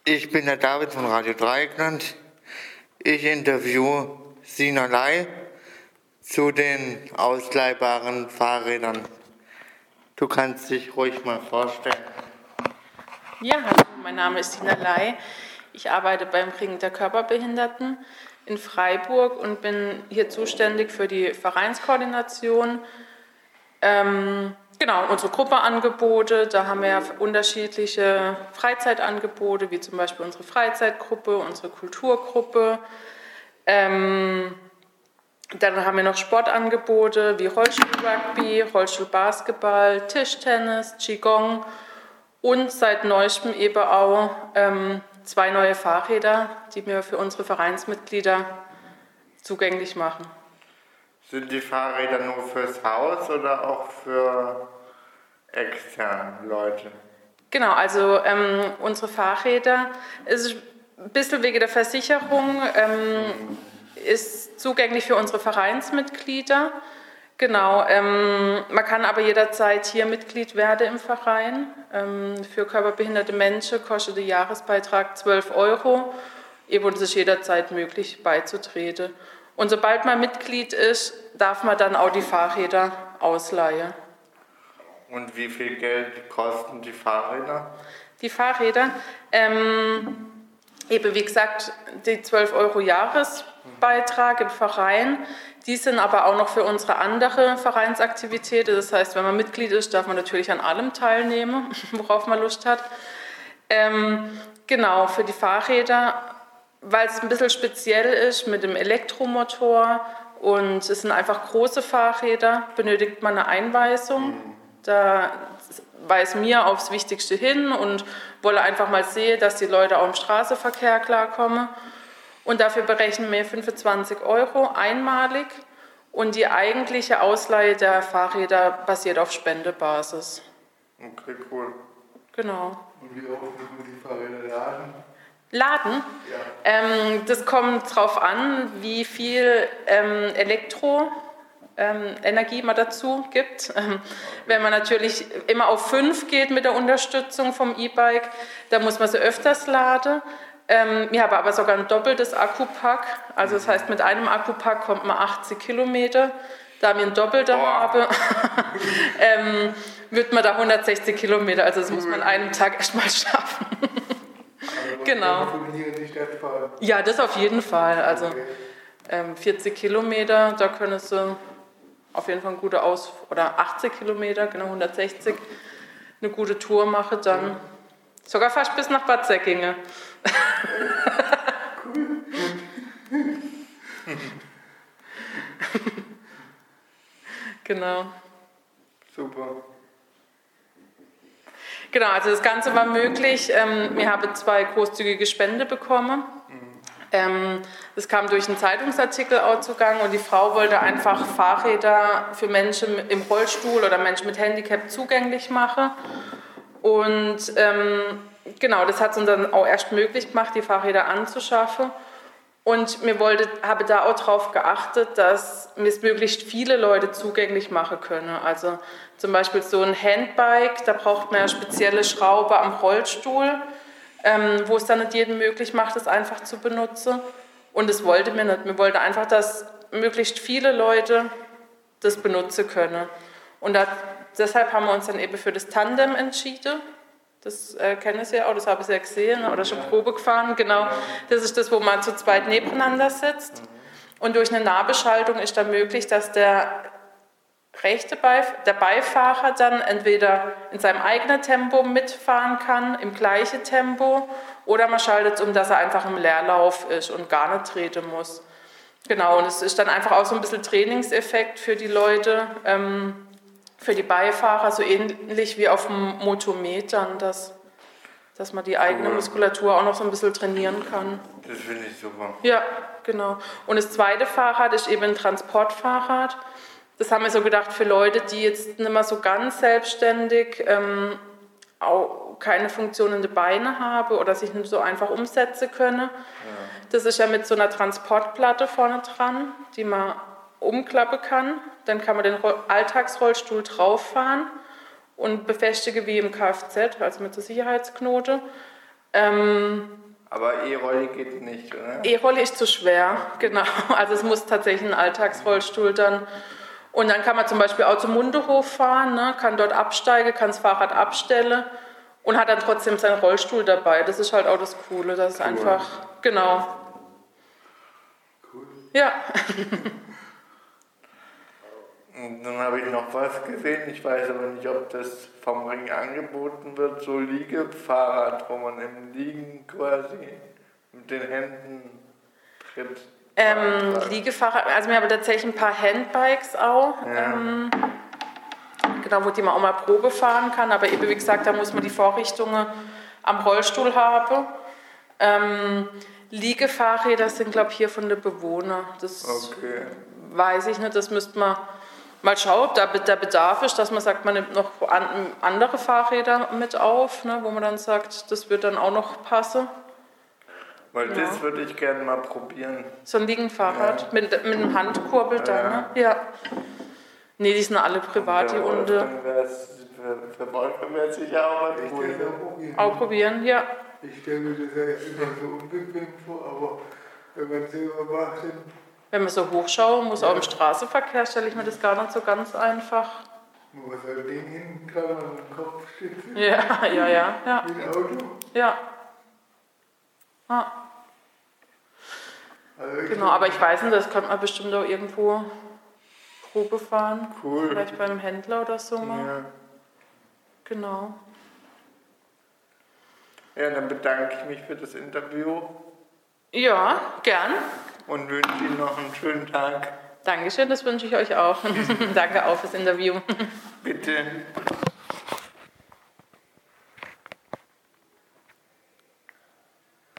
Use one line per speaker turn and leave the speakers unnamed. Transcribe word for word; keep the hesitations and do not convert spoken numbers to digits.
Ich bin der David von Radio Dreieckland. Ich interviewe Sina Lai zu den ausleihbaren Fahrrädern. Du kannst dich ruhig mal vorstellen.
Ja, hallo, mein Name ist Sina Lai. Ich arbeite beim Ring der Körperbehinderten in Freiburg und bin hier zuständig für die Vereinskoordination. Ähm, genau, unsere Gruppeangebote, da haben wir ja unterschiedliche Freizeitangebote, wie zum Beispiel unsere Freizeitgruppe, unsere Kulturgruppe. Ähm, dann haben wir noch Sportangebote wie Rollstuhl-Rugby, Rollstuhl-Basketball, Tischtennis, Qigong und seit neuestem eben auch ähm, zwei neue Fahrräder, die wir für unsere Vereinsmitglieder zugänglich machen.
Sind die Fahrräder nur fürs Haus oder auch für externe Leute?
Genau, also ähm, unsere Fahrräder ist ein bisschen wegen der Versicherung, ähm, ist zugänglich für unsere Vereinsmitglieder. Genau, ähm, man kann aber jederzeit hier Mitglied werden im Verein. Ähm, für körperbehinderte Menschen kostet der Jahresbeitrag zwölf Euro. Eben ist es jederzeit möglich beizutreten. Und sobald man Mitglied ist, darf man dann auch die Fahrräder ausleihen.
Und wie viel Geld kosten die Fahrräder?
Die Fahrräder, ähm, eben wie gesagt, die zwölf Euro Jahresbeitrag im Verein, die sind aber auch noch für unsere andere Vereinsaktivitäten. Das heißt, wenn man Mitglied ist, darf man natürlich an allem teilnehmen, worauf man Lust hat. Ähm, genau, für die Fahrräder, weil es ein bisschen speziell ist mit dem Elektromotor und es sind einfach große Fahrräder, benötigt man eine Einweisung. Da weist mir aufs Wichtigste hin und wolle einfach mal sehen, dass die Leute auch im Straßenverkehr klarkommen. Und dafür berechnen wir fünfundzwanzig Euro einmalig und die eigentliche Ausleihe der Fahrräder basiert auf Spendebasis.
Okay, cool.
Genau.
Und wie oft muss man die Fahrräder laden?
Laden?
Ja.
Ähm, das kommt darauf an, wie viel ähm, Elektro ähm, Energie man dazu gibt. Ähm, wenn man natürlich immer auf fünf geht mit der Unterstützung vom E-Bike, dann muss man sie öfters laden. Ähm, ich habe aber sogar ein doppeltes Akkupack. Also das heißt, mit einem Akkupack kommt man achtzig Kilometer. Da wir ein Doppelter habe, ähm, wird man da hundertsechzig Kilometer. Also das muss man an einem Tag erstmal schaffen. Genau. Ja, das auf jeden Fall. Also
Okay.
ähm, vierzig Kilometer, da können sie auf jeden Fall eine gute Aus- oder achtzig Kilometer, genau hundertsechzig, eine gute Tour machen, dann sogar fast bis nach Bad Säckingen. Genau.
Super.
Genau, also das Ganze war möglich. Ähm, wir haben zwei großzügige Spende bekommen. Ähm, das kam durch einen Zeitungsartikel auch zugang und die Frau wollte einfach Fahrräder für Menschen im Rollstuhl oder Menschen mit Handicap zugänglich machen. Und ähm, genau, das hat es uns dann auch erst möglich gemacht, die Fahrräder anzuschaffen. Und mir wollte, habe da auch darauf geachtet, dass wir es möglichst viele Leute zugänglich machen können. Also zum Beispiel so ein Handbike, da braucht man ja spezielle Schraube am Rollstuhl, ähm, wo es dann nicht jedem möglich macht, das einfach zu benutzen. Und das wollte mir nicht. Mir wollte einfach, dass möglichst viele Leute das benutzen können. Und da, deshalb haben wir uns dann eben für das Tandem entschieden. Das äh, kennen Sie ja auch, das habe ich ja gesehen oder schon Probe gefahren. Genau, das ist das, wo man zu zweit nebeneinander sitzt. Und durch eine Nahbeschaltung ist dann möglich, dass der rechte Beif- der Beifahrer dann entweder in seinem eigenen Tempo mitfahren kann, im gleichen Tempo, oder man schaltet es um, dass er einfach im Leerlauf ist und gar nicht treten muss. Genau, und es ist dann einfach auch so ein bisschen Trainingseffekt für die Leute, ähm, für die Beifahrer, so ähnlich wie auf dem Motometern, dass, dass man die eigene Muskulatur auch noch so ein bisschen trainieren kann.
Das finde ich super.
Ja, genau. Und das zweite Fahrrad ist eben ein Transportfahrrad. Das haben wir so gedacht für Leute, die jetzt nicht mehr so ganz selbstständig ähm, auch keine funktionierenden Beine haben oder sich nicht so einfach umsetzen können. Ja. Das ist ja mit so einer Transportplatte vorne dran, die man umklappen kann. Dann kann man den Alltagsrollstuhl drauf fahren und befestige wie im Kfz, also mit so Sicherheitsknote. Ähm,
Aber E-Rolli geht nicht, oder?
E-Rolli ist zu schwer, genau. Also es muss tatsächlich ein Alltagsrollstuhl dann. Und dann kann man zum Beispiel auch zum Mundehof fahren, ne? Kann dort absteigen, kann das Fahrrad abstellen und hat dann trotzdem seinen Rollstuhl dabei. Das ist halt auch das Coole, das ist
Cool.
einfach, genau.
Cool.
Ja.
Und dann habe ich noch was gesehen, ich weiß aber nicht, ob das vom Ring angeboten wird, so Liegefahrrad, wo man im Liegen quasi mit den Händen tritt.
Ähm, Liegefahrrad, also wir haben tatsächlich ein paar Handbikes auch,
Ja.
ähm, genau, wo die man auch mal Probe fahren kann, aber eben wie gesagt, da muss man die Vorrichtungen am Rollstuhl haben. Ähm, Liegefahrräder sind, glaube ich, hier von den Bewohnern. Das
Okay.
weiß ich nicht, das müsste man mal schauen, ob da der Bedarf ist, dass man sagt, man nimmt noch an, andere Fahrräder mit auf, ne, wo man dann sagt, das wird dann auch noch passen.
Weil
Ja.
das würde ich gerne mal probieren.
So ein Liegenfahrrad
Ja.
mit, mit einem Handkurbel dann,
Ja.
ne? Ja. Nee, die sind alle privat, die
Und der
Hunde.
Wolfgang wär's- für, für Wolfgang wäre es sicher auch was
Ich
cool.
stelle auch probieren.
Auch probieren, ja.
Ich stelle mir das ja immer so unbequem vor, aber wenn man es selber macht, dann
Wenn man so hochschaut, muss auch im Straßenverkehr, stelle ich mir das gar nicht so ganz einfach.
muss man so ein Ding hinten dran an den Kopf stützen,
Ja, ja, ja, ja,
wie ein Auto.
ja. Ah,
Also ich
genau, aber ich weiß nicht, das könnte man bestimmt auch irgendwo Probe fahren.
Cool.
Vielleicht beim Händler oder so mal.
Ja.
Genau.
Ja, dann bedanke ich mich für das Interview
Ja, gern.
und wünsche Ihnen noch einen schönen Tag.
Dankeschön, das wünsche ich euch auch. Danke auch fürs Interview.
Bitte.